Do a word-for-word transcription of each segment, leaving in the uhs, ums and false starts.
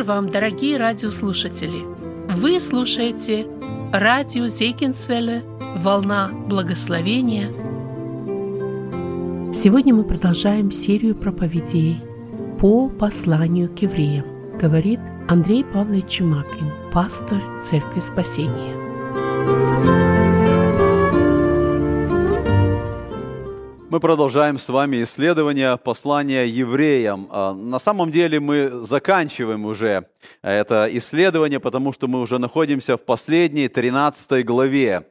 Мир вам, дорогие радиослушатели! Вы слушаете радио Зегенсвелле «Волна благословения». Сегодня мы продолжаем серию проповедей по посланию к евреям, говорит Андрей Павлович Чумакин, пастор Церкви Спасения. Мы продолжаем с вами исследование послания евреям. На самом деле мы заканчиваем уже это исследование, потому что мы уже находимся в последней, тринадцатой главе.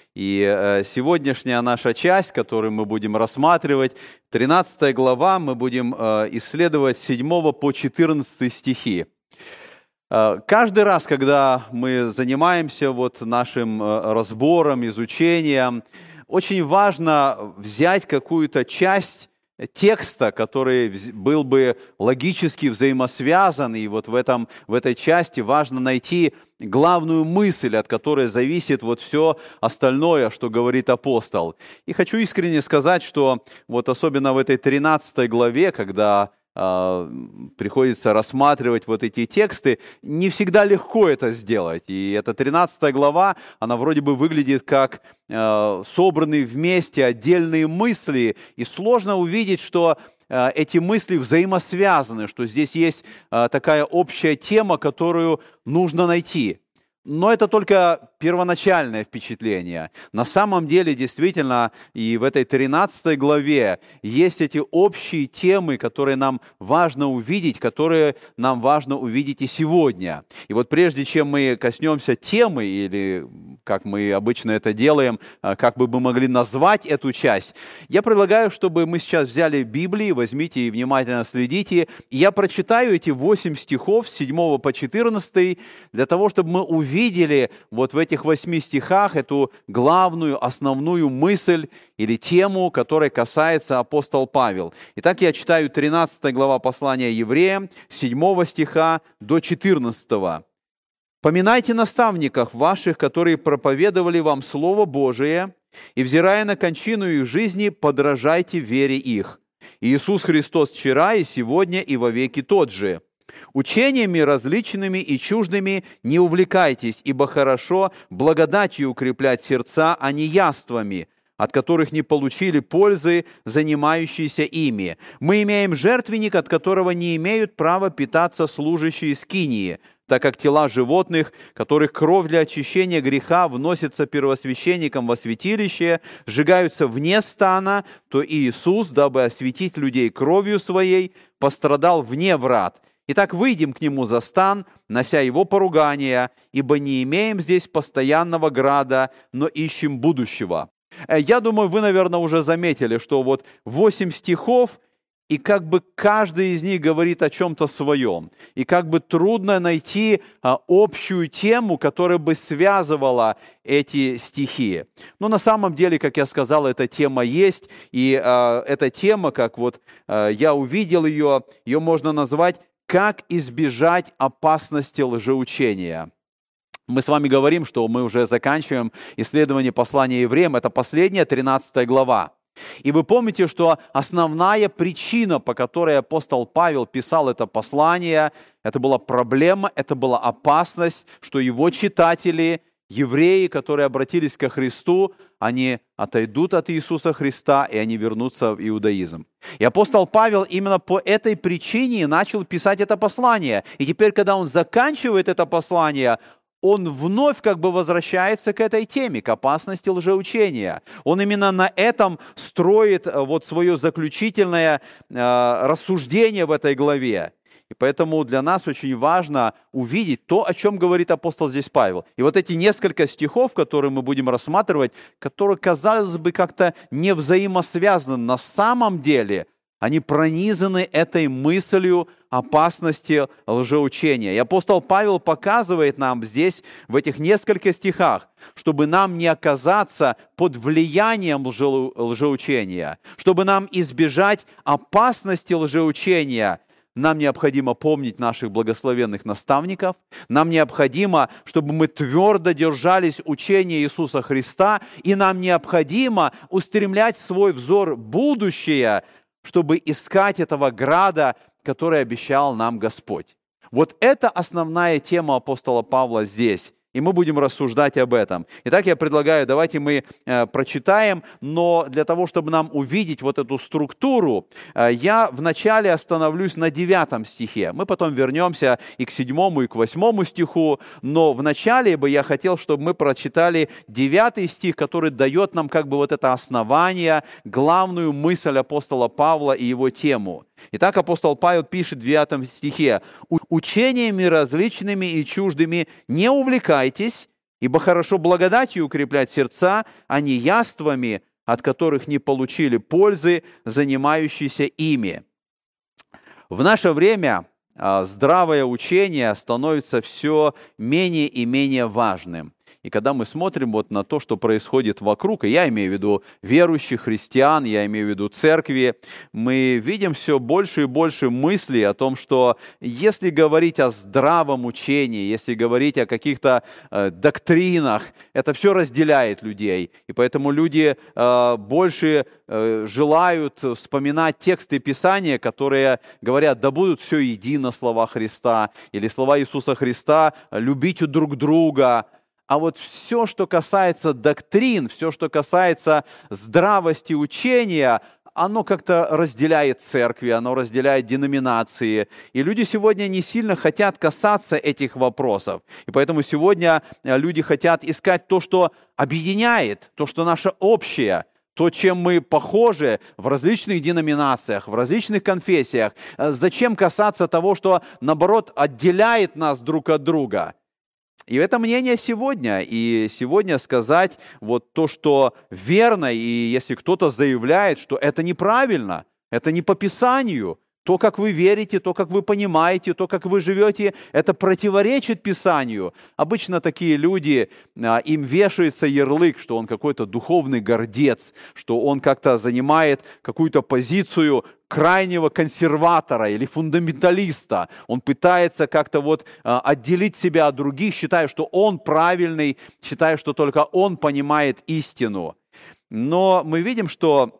И сегодняшняя наша часть, которую мы будем рассматривать, тринадцатая глава, мы будем исследовать с седьмого по четырнадцатый стихи. Каждый раз, когда мы занимаемся вот нашим разбором, изучением, очень важно взять какую-то часть текста, который был бы логически взаимосвязан, и вот в, этом, в этой части важно найти главную мысль, от которой зависит вот все остальное, что говорит апостол. И хочу искренне сказать, что вот особенно в этой тринадцатой главе, когда э, приходится рассматривать вот эти тексты, не всегда легко это сделать. И эта тринадцатая глава, она вроде бы выглядит как э, собранные вместе отдельные мысли, и сложно увидеть, что э, эти мысли взаимосвязаны, что здесь есть э, такая общая тема, которую нужно найти. Но это только первоначальное впечатление. На самом деле, действительно, и в этой тринадцатой главе есть эти общие темы, которые нам важно увидеть, которые нам важно увидеть и сегодня. И вот прежде чем мы коснемся темы, или как мы обычно это делаем, как бы мы могли назвать эту часть, я предлагаю, чтобы мы сейчас взяли Библии, возьмите и внимательно следите, и я прочитаю эти восемь стихов с седьмого по четырнадцатый, для того, чтобы мы увидели, видели вот в этих восьми стихах эту главную, основную мысль или тему, которой касается апостол Павел. Итак, я читаю тринадцатая глава послания евреям, с седьмого стиха до четырнадцатого. «Поминайте наставников ваших, которые проповедовали вам Слово Божие, и, взирая на кончину их жизни, подражайте вере их. Иисус Христос вчера и сегодня и вовеки тот же. Учениями различными и чуждыми не увлекайтесь, ибо хорошо благодатью укреплять сердца, а не яствами, от которых не получили пользы занимающиеся ими. Мы имеем жертвенник, от которого не имеют права питаться служащие скинии, так как тела животных, которых кровь для очищения греха вносится первосвященником во святилище, сжигаются вне стана, то Иисус, дабы осветить людей кровью своей, пострадал вне врат. Итак, выйдем к Нему за стан, нося Его поругания, ибо не имеем здесь постоянного града, но ищем будущего». Я думаю, вы, наверное, уже заметили, что вот восемь стихов, и как бы каждый из них говорит о чем-то своем. И как бы трудно найти а, общую тему, которая бы связывала эти стихи. Но на самом деле, как я сказал, эта тема есть. И а, эта тема, как вот а, я увидел ее, ее можно назвать «Как избежать опасности лжеучения». Мы с вами говорим, что мы уже заканчиваем исследование послания евреям. Это последняя, тринадцатая глава. И вы помните, что основная причина, по которой апостол Павел писал это послание, это была проблема, это была опасность, что его читатели, евреи, которые обратились ко Христу, они отойдут от Иисуса Христа, и они вернутся в иудаизм. И апостол Павел именно по этой причине начал писать это послание. И теперь, когда он заканчивает это послание, он вновь как бы возвращается к этой теме, к опасности лжеучения. Он именно на этом строит вот свое заключительное э, рассуждение в этой главе. И поэтому для нас очень важно увидеть то, о чем говорит апостол здесь Павел. И вот эти несколько стихов, которые мы будем рассматривать, которые, казалось бы, как-то не взаимосвязаны, на самом деле они пронизаны этой мыслью опасности лжеучения. И апостол Павел показывает нам здесь, в этих нескольких стихах, чтобы нам не оказаться под влиянием лже, лжеучения, чтобы нам избежать опасности лжеучения, нам необходимо помнить наших благословенных наставников, нам необходимо, чтобы мы твердо держались учения Иисуса Христа, и нам необходимо устремлять свой взор в будущее, чтобы искать этого града, который обещал нам Господь. Вот это основная тема апостола Павла здесь. И мы будем рассуждать об этом. Итак, я предлагаю, давайте мы э, прочитаем, но для того, чтобы нам увидеть вот эту структуру, э, я вначале остановлюсь на девятом стихе. Мы потом вернемся и к седьмому, и к восьмому стиху, но вначале бы я хотел, чтобы мы прочитали девятый стих, который дает нам как бы вот это основание, главную мысль апостола Павла и его тему. Итак, апостол Павел пишет в девятом стихе: «Учениями различными и чуждыми не увлекайтесь, ибо хорошо благодатью укреплять сердца, а не яствами, от которых не получили пользы, занимающиеся ими». В наше время здравое учение становится все менее и менее важным. И когда мы смотрим вот на то, что происходит вокруг, и я имею в виду верующих христиан, я имею в виду церкви, мы видим все больше и больше мыслей о том, что если говорить о здравом учении, если говорить о каких-то э, доктринах, это все разделяет людей. И поэтому люди э, больше э, желают вспоминать тексты Писания, которые говорят: да будут все едино слова Христа, или слова Иисуса Христа: любите друг друга. А вот все, что касается доктрин, все, что касается здравости учения, оно как-то разделяет церкви, оно разделяет деноминации. И люди сегодня не сильно хотят касаться этих вопросов. И поэтому сегодня люди хотят искать то, что объединяет, то, что наше общее, то, чем мы похожи в различных деноминациях, в различных конфессиях. Зачем касаться того, что, наоборот, отделяет нас друг от друга? И это мнение сегодня. И сегодня сказать вот то, что верно, и если кто-то заявляет, что это неправильно, это не по Писанию, то, как вы верите, то, как вы понимаете, то, как вы живете, это противоречит Писанию. Обычно такие люди, им вешается ярлык, что он какой-то духовный гордец, что он как-то занимает какую-то позицию крайнего консерватора или фундаменталиста. Он пытается как-то вот отделить себя от других, считая, что он правильный, считая, что только он понимает истину. Но мы видим, что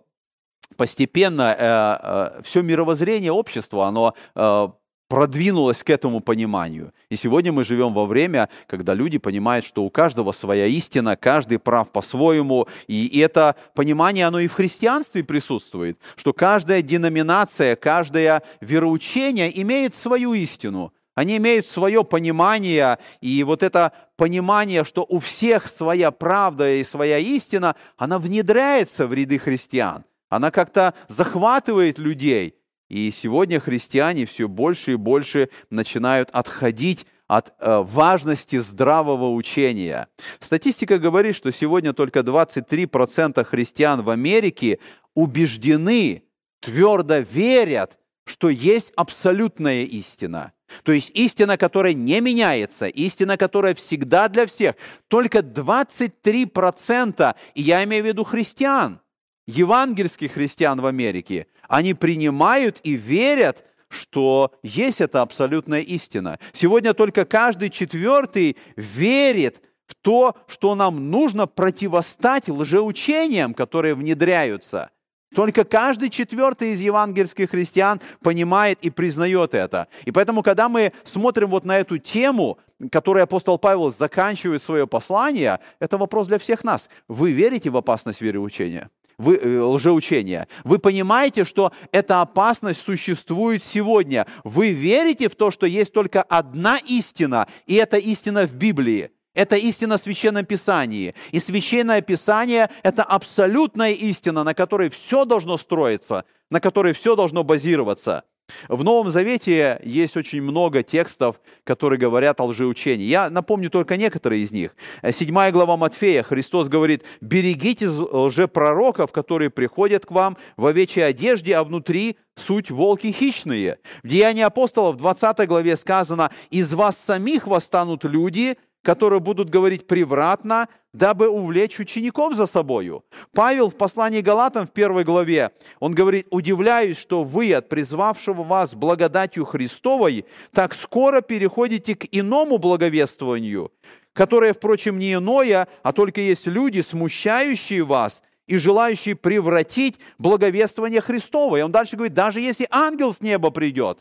постепенно э, э, все мировоззрение общества, оно э, продвинулось к этому пониманию. И сегодня мы живем во время, когда люди понимают, что у каждого своя истина, каждый прав по-своему. И это понимание, оно и в христианстве присутствует, что каждая деноминация, каждое вероучение имеет свою истину. Они имеют свое понимание, и вот это понимание, что у всех своя правда и своя истина, она внедряется в ряды христиан. Она как-то захватывает людей. И сегодня христиане все больше и больше начинают отходить от э, важности здравого учения. Статистика говорит, что сегодня только двадцать три процента христиан в Америке убеждены, твердо верят, что есть абсолютная истина. То есть истина, которая не меняется, истина, которая всегда для всех. Только двадцать три процента, и я имею в виду христиан, евангельских христиан в Америке, они принимают и верят, что есть эта абсолютная истина. Сегодня только каждый четвертый верит в то, что нам нужно противостать лжеучениям, которые внедряются. Только каждый четвертый из евангельских христиан понимает и признает это. И поэтому, когда мы смотрим вот на эту тему, которой апостол Павел заканчивает свое послание, это вопрос для всех нас. Вы верите в опасность вероучения? Вы, э, лжеучения. Вы понимаете, что эта опасность существует сегодня. Вы верите в то, что есть только одна истина, и эта истина в Библии. Это истина в Священном Писании. И Священное Писание – это абсолютная истина, на которой все должно строиться, на которой все должно базироваться. В Новом Завете есть очень много текстов, которые говорят о лжеучении. Я напомню только некоторые из них. Седьмая глава Матфея, Христос говорит: «Берегитесь лжепророков, которые приходят к вам в овечьей одежде, а внутри суть волки хищные». В Деянии апостолов, в двадцатой главе сказано: «Из вас самих восстанут люди, которые будут говорить превратно, дабы увлечь учеников за собою». Павел в послании Галатам в первой главе, он говорит: «Удивляюсь, что вы от призвавшего вас благодатью Христовой так скоро переходите к иному благовествованию, которое, впрочем, не иное, а только есть люди, смущающие вас и желающие превратить благовествование Христово». И он дальше говорит: «Даже если ангел с неба придет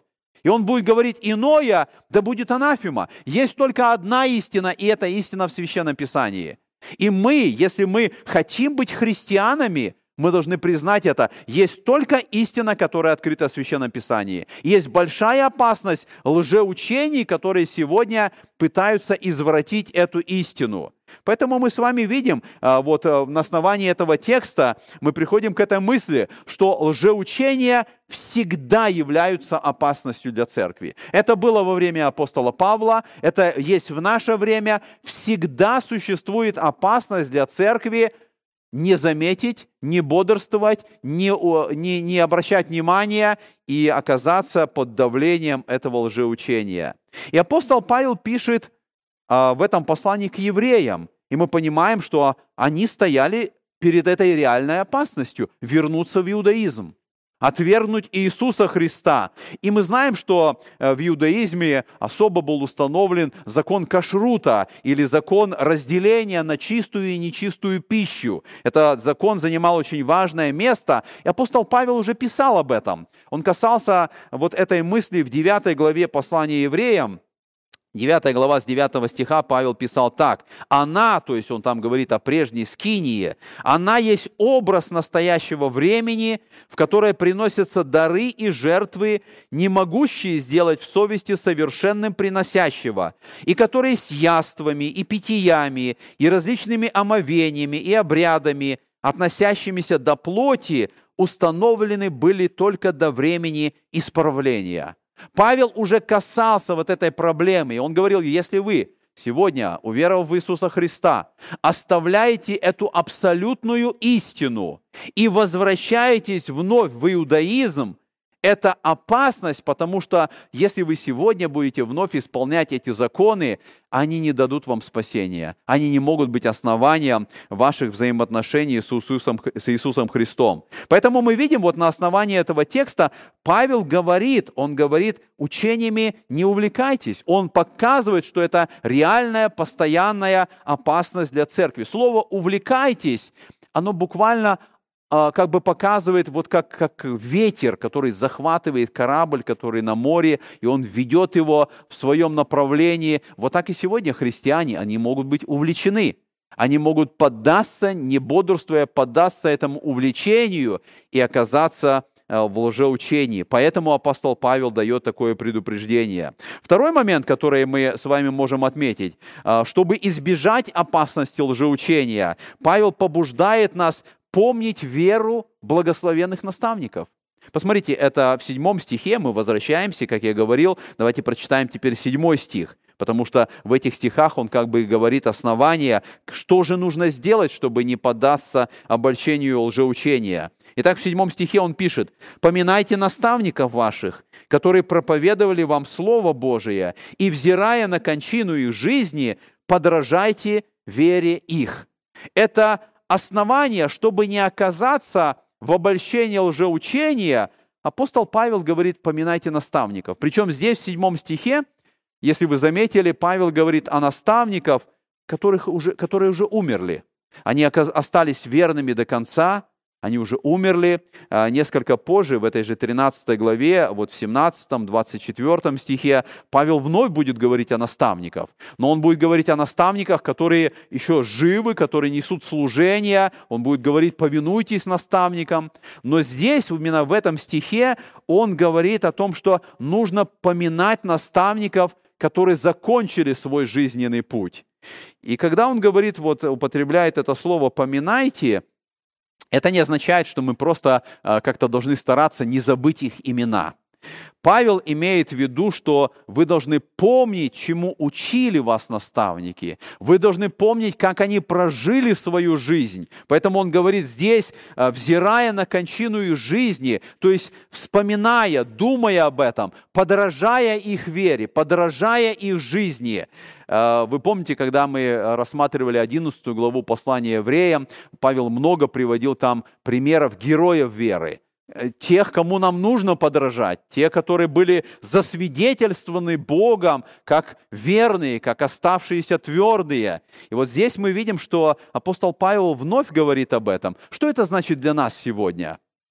И он будет говорить иное, да будет анафема. Есть только одна истина, и это истина в Священном Писании. И мы, если мы хотим быть христианами, мы должны признать это. Есть только истина, которая открыта в Священном Писании. Есть большая опасность лжеучений, которые сегодня пытаются извратить эту истину. Поэтому мы с вами видим, вот на основании этого текста, мы приходим к этой мысли, что лжеучения всегда являются опасностью для церкви. Это было во время апостола Павла, это есть в наше время. Всегда существует опасность для церкви не заметить, не бодрствовать, не, не, не обращать внимания и оказаться под давлением этого лжеучения. И апостол Павел пишет а, в этом послании к евреям, и мы понимаем, что они стояли перед этой реальной опасностью вернуться в иудаизм, отвергнуть Иисуса Христа. И мы знаем, что в иудаизме особо был установлен закон кашрута, или закон разделения на чистую и нечистую пищу. Этот закон занимал очень важное место, и апостол Павел уже писал об этом. Он касался вот этой мысли в девятой главе послания евреям. девятая глава с девятого стиха Павел писал так: «Она», то есть он там говорит о прежней скинии, «она есть образ настоящего времени, в которое приносятся дары и жертвы, не могущие сделать в совести совершенным приносящего, и которые с яствами и питьями, и различными омовениями и обрядами, относящимися до плоти, установлены были только до времени исправления». Павел уже касался вот этой проблемы, и он говорил: если вы сегодня, уверовав в Иисуса Христа, оставляете эту абсолютную истину и возвращаетесь вновь в иудаизм, это опасность, потому что если вы сегодня будете вновь исполнять эти законы, они не дадут вам спасения. Они не могут быть основанием ваших взаимоотношений с Иисусом, с Иисусом Христом. Поэтому мы видим, вот на основании этого текста Павел говорит, он говорит, учениями не увлекайтесь. Он показывает, что это реальная, постоянная опасность для церкви. Слово «увлекайтесь», оно буквально как бы показывает, вот как, как ветер, который захватывает корабль, который на море, и он ведет его в своем направлении. Вот так и сегодня христиане, они могут быть увлечены. Они могут поддаться, не бодрствуя, поддаться этому увлечению и оказаться в лжеучении. Поэтому апостол Павел дает такое предупреждение. Второй момент, который мы с вами можем отметить, чтобы избежать опасности лжеучения, Павел побуждает нас помнить веру благословенных наставников. Посмотрите, это в седьмом стихе, мы возвращаемся, как я говорил, давайте прочитаем теперь седьмой стих, потому что в этих стихах он как бы говорит основания, что же нужно сделать, чтобы не поддаться обольщению лжеучения. Итак, в седьмом стихе он пишет: «Поминайте наставников ваших, которые проповедовали вам Слово Божие, и, взирая на кончину их жизни, подражайте вере их». Это основание, чтобы не оказаться в обольщении лжеучения, апостол Павел говорит: поминайте наставников. Причем здесь, в седьмом стихе, если вы заметили, Павел говорит о наставниках, которых уже, которые уже умерли. Они остались верными до конца, они уже умерли. Несколько позже, в этой же тринадцатой главе, вот в семнадцатом, двадцать четвёртом стихе, Павел вновь будет говорить о наставниках. Но он будет говорить о наставниках, которые еще живы, которые несут служение. Он будет говорить: повинуйтесь наставникам. Но здесь, именно в этом стихе, он говорит о том, что нужно поминать наставников, которые закончили свой жизненный путь. И когда он говорит, вот употребляет это слово «поминайте», это не означает, что мы просто как-то должны стараться не забыть их имена. Павел имеет в виду, что вы должны помнить, чему учили вас наставники. Вы должны помнить, как они прожили свою жизнь. Поэтому он говорит здесь, взирая на кончину их жизни, то есть вспоминая, думая об этом, подражая их вере, подражая их жизни. Вы помните, когда мы рассматривали одиннадцатую главу послания евреям, Павел много приводил там примеров героев веры. Тех, кому нам нужно подражать, те, которые были засвидетельствованы Богом как верные, как оставшиеся твердые. И вот здесь мы видим, что апостол Павел вновь говорит об этом. Что это значит для нас сегодня?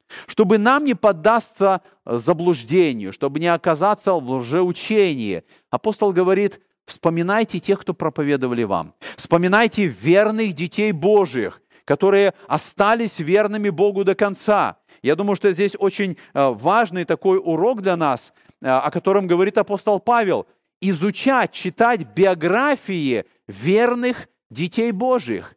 чтобы нам не поддаться заблуждению, чтобы не оказаться в лжеучении. Апостол говорит: вспоминайте тех, кто проповедовали вам. Вспоминайте верных детей Божьих, которые остались верными Богу до конца. Я думаю, что здесь очень важный такой урок для нас, о котором говорит апостол Павел. Изучать, читать биографии верных детей Божьих.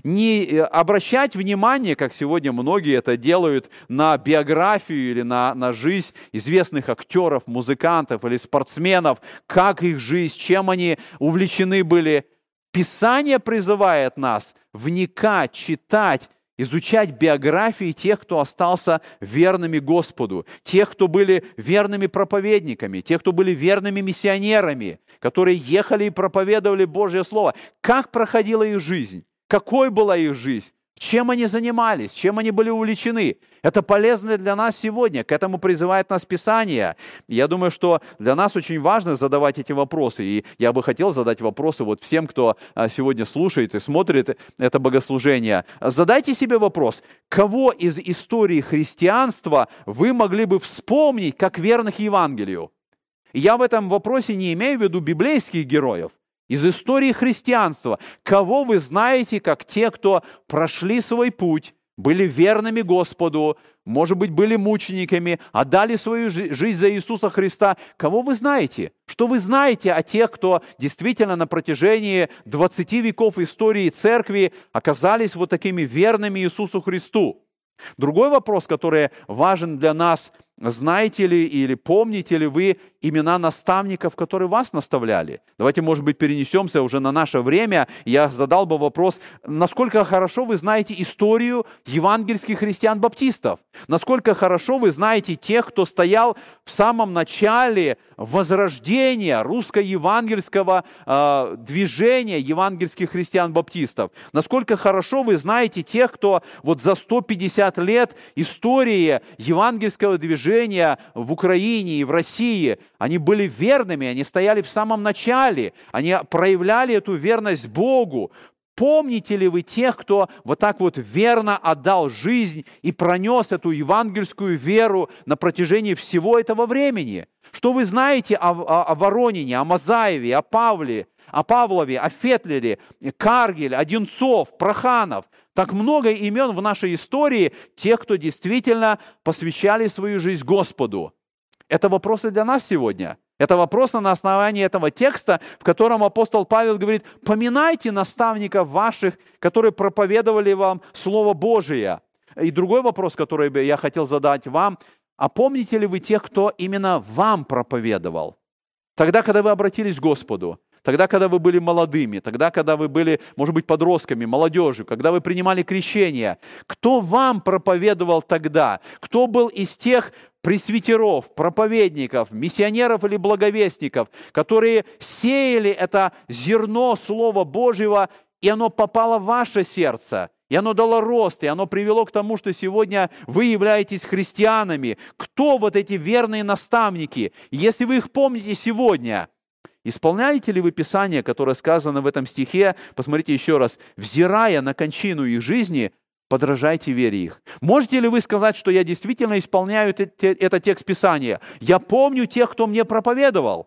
Не обращать внимание, как сегодня многие это делают, на биографию или на, на жизнь известных актеров, музыкантов или спортсменов, как их жизнь, чем они увлечены были. Писание призывает нас вникать, читать, изучать биографии тех, кто остался верными Господу, тех, кто были верными проповедниками, тех, кто были верными миссионерами, которые ехали и проповедовали Божье Слово. Как проходила их жизнь? Какой была их жизнь? Чем они занимались? Чем они были увлечены? Это полезно для нас сегодня. К этому призывает нас Писание. Я думаю, что для нас очень важно задавать эти вопросы. И я бы хотел задать вопросы вот всем, кто сегодня слушает и смотрит это богослужение. Задайте себе вопрос: кого из истории христианства вы могли бы вспомнить как верных Евангелию? Я в этом вопросе не имею в виду библейских героев. Из истории христианства, кого вы знаете как те, кто прошли свой путь, были верными Господу, может быть, были мучениками, отдали свою жизнь за Иисуса Христа? Кого вы знаете? Что вы знаете о тех, кто действительно на протяжении двадцати веков истории церкви оказались вот такими верными Иисусу Христу? Другой вопрос, который важен для нас: знаете ли или помните ли вы имена наставников, которые вас наставляли? Давайте, может быть, перенесемся уже на наше время. Я задал бы вопрос: насколько хорошо вы знаете историю евангельских христиан-баптистов? Насколько хорошо вы знаете тех, кто стоял в самом начале возрождения русско-евангельского э, движения евангельских христиан-баптистов? Насколько хорошо вы знаете тех, кто вот за сто пятьдесят лет истории евангельского движения в Украине и в России, они были верными, они стояли в самом начале, они проявляли эту верность Богу. Помните ли вы тех, кто вот так вот верно отдал жизнь и пронес эту евангельскую веру на протяжении всего этого времени? Что вы знаете о, о, о Воронине, о Мазаеве, о Павле, о Павлове, о Фетлере, Каргель, Одинцов, Проханов? Так много имен в нашей истории тех, кто действительно посвящали свою жизнь Господу. Это вопросы для нас сегодня. Это вопрос на основании этого текста, в котором апостол Павел говорит: поминайте наставников ваших, которые проповедовали вам Слово Божие. И другой вопрос, который бы я хотел задать вам: а помните ли вы тех, кто именно вам проповедовал? Тогда, когда вы обратились к Господу, тогда, когда вы были молодыми, тогда, когда вы были, может быть, подростками, молодежью, когда вы принимали крещение, кто вам проповедовал тогда? Кто был из тех пресвитеров, проповедников, миссионеров или благовестников, которые сеяли это зерно Слова Божьего, и оно попало в ваше сердце, и оно дало рост, и оно привело к тому, что сегодня вы являетесь христианами? Кто вот эти верные наставники? Если вы их помните сегодня, исполняете ли вы Писание, которое сказано в этом стихе? Посмотрите еще раз. «Взирая на кончину их жизни, подражайте вере их». Можете ли вы сказать, что я действительно исполняю этот текст Писания? Я помню тех, кто мне проповедовал.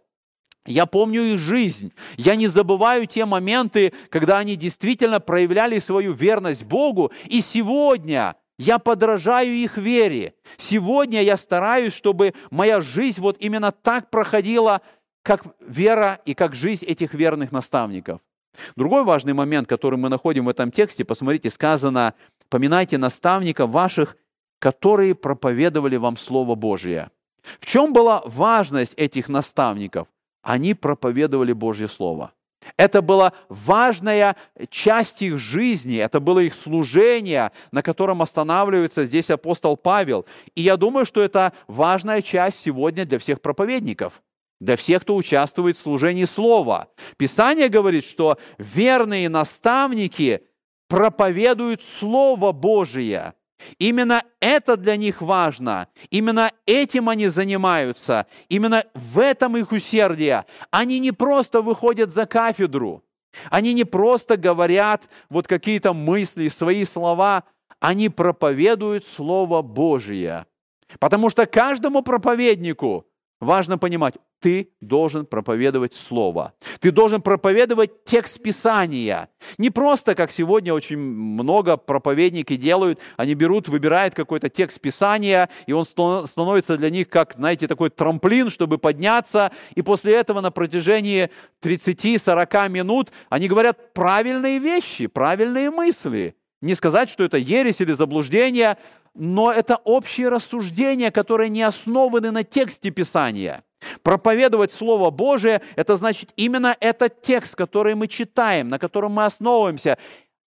Я помню их жизнь. Я не забываю те моменты, когда они действительно проявляли свою верность Богу. И сегодня я подражаю их вере. Сегодня я стараюсь, чтобы моя жизнь вот именно так проходила, как вера и как жизнь этих верных наставников. Другой важный момент, который мы находим в этом тексте, посмотрите, сказано: «Поминайте наставников ваших, которые проповедовали вам Слово Божие». В чем была важность этих наставников? Они проповедовали Божье Слово. Это была важная часть их жизни, это было их служение, на котором останавливается здесь апостол Павел. И я думаю, что это важная часть сегодня для всех проповедников, для всех, кто участвует в служении Слова. Писание говорит, что верные наставники проповедуют Слово Божие. Именно это для них важно. Именно этим они занимаются. Именно в этом их усердие. Они не просто выходят за кафедру. Они не просто говорят вот какие-то мысли, свои слова. они проповедуют Слово Божие. Потому что каждому проповеднику важно понимать, ты должен проповедовать Слово. Ты должен проповедовать текст Писания. Не просто, как сегодня очень много проповедники делают, они берут, выбирают какой-то текст Писания, и он становится для них как, знаете, такой трамплин, чтобы подняться, и после этого на протяжении тридцати-сорока минут они говорят правильные вещи, правильные мысли. Не сказать, что это ересь или заблуждение, но это общие рассуждения, которые не основаны на тексте Писания. Проповедовать Слово Божие – это значит именно этот текст, который мы читаем, на котором мы основываемся,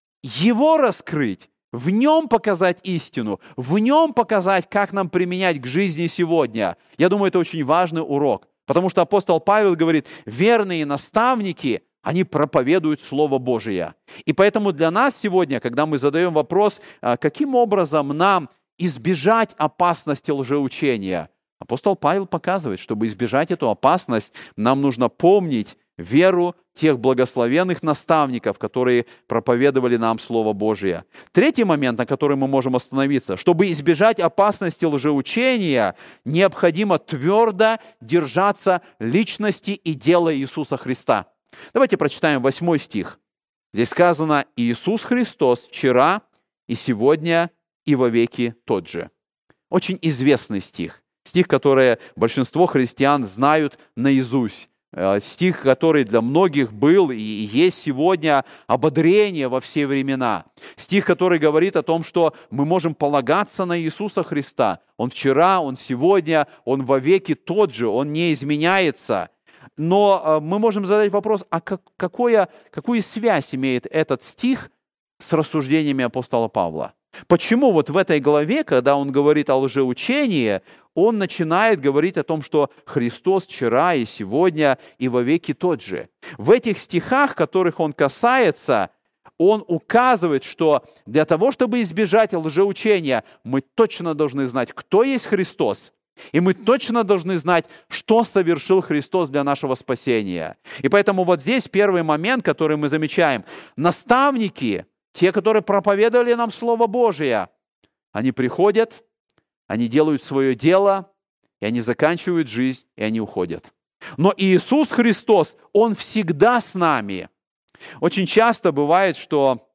его раскрыть, в нем показать истину, в нем показать, как нам применять к жизни сегодня. Я думаю, это очень важный урок, потому что апостол Павел говорит, верные наставники – они проповедуют Слово Божие. И поэтому для нас сегодня, когда мы задаем вопрос, каким образом нам избежать опасности лжеучения, апостол Павел показывает, чтобы избежать эту опасность, нам нужно помнить веру тех благословенных наставников, которые проповедовали нам Слово Божие. Третий момент, на который мы можем остановиться. Чтобы избежать опасности лжеучения, необходимо твердо держаться личности и дела Иисуса Христа. Давайте прочитаем восьмой стих. Здесь сказано, Иисус Христос вчера и сегодня и вовеки тот же. Очень известный стих. Стих, который большинство христиан знают наизусть. Стих, который для многих был и есть сегодня ободрение во все времена. Стих, который говорит о том, что мы можем полагаться на Иисуса Христа. Он вчера, Он сегодня, Он вовеки тот же, Он не изменяется. Но мы можем задать вопрос, а как, какое, какую связь имеет этот стих с рассуждениями апостола Павла? Почему вот в этой главе, когда он говорит о лжеучении, он начинает говорить о том, что Христос вчера и сегодня и вовеки тот же? В этих стихах, которых он касается, он указывает, что для того, чтобы избежать лжеучения, мы точно должны знать, кто есть Христос, и мы точно должны знать, что совершил Христос для нашего спасения. И поэтому вот здесь первый момент, который мы замечаем. Наставники, те, которые проповедовали нам Слово Божие, они приходят, они делают свое дело, и они заканчивают жизнь, и они уходят. Но Иисус Христос, Он всегда с нами. Очень часто бывает, что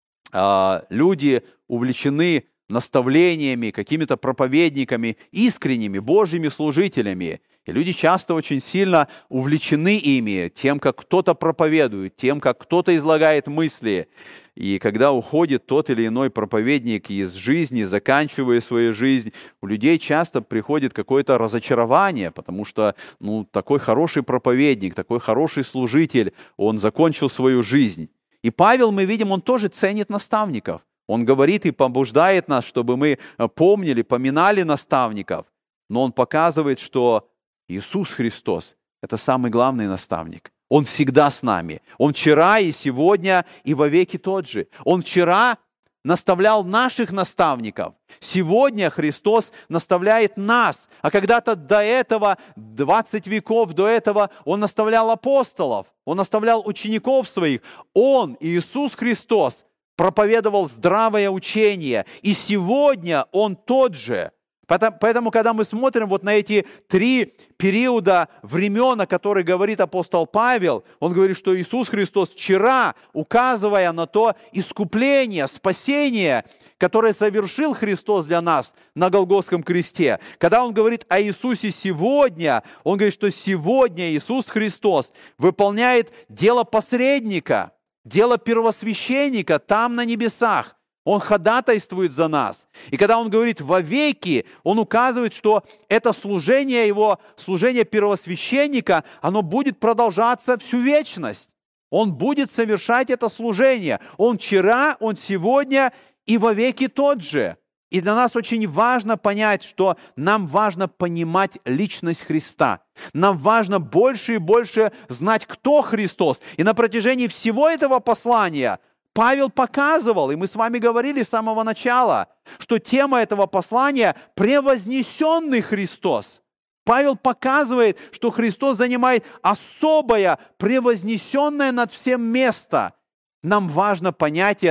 э, люди увлечены наставлениями, какими-то проповедниками, искренними Божьими служителями. И люди часто очень сильно увлечены ими, тем, как кто-то проповедует, тем, как кто-то излагает мысли. И когда уходит тот или иной проповедник из жизни, заканчивая свою жизнь, у людей часто приходит какое-то разочарование, потому что ну, такой хороший проповедник, такой хороший служитель, он закончил свою жизнь. И Павел, мы видим, он тоже ценит наставников. Он говорит и побуждает нас, чтобы мы помнили, поминали наставников. Но он показывает, что Иисус Христос – это самый главный наставник. Он всегда с нами. Он вчера и сегодня и вовеки тот же. Он вчера наставлял наших наставников. Сегодня Христос наставляет нас. А когда-то до этого, двадцать веков до этого, Он наставлял апостолов. Он наставлял учеников своих. Он, Иисус Христос, проповедовал здравое учение. И сегодня Он тот же. Поэтому, когда мы смотрим вот на эти три периода времен, о которых говорит апостол Павел, он говорит, что Иисус Христос вчера, указывая на то искупление, спасение, которое совершил Христос для нас на Голгофском кресте. Когда он говорит о Иисусе сегодня, он говорит, что сегодня Иисус Христос выполняет дело посредника, дело первосвященника там на небесах. Он ходатайствует за нас. И когда он говорит «вовеки», он указывает, что это служение его, служение первосвященника, оно будет продолжаться всю вечность. Он будет совершать это служение. Он вчера, он сегодня и вовеки тот же. И для нас очень важно понять, что нам важно понимать личность Христа. Нам важно больше и больше знать, кто Христос. И на протяжении всего этого послания Павел показывал, и мы с вами говорили с самого начала, что тема этого послания – превознесенный Христос. Павел показывает, что Христос занимает особое, превознесенное над всем место. Нам важно понять это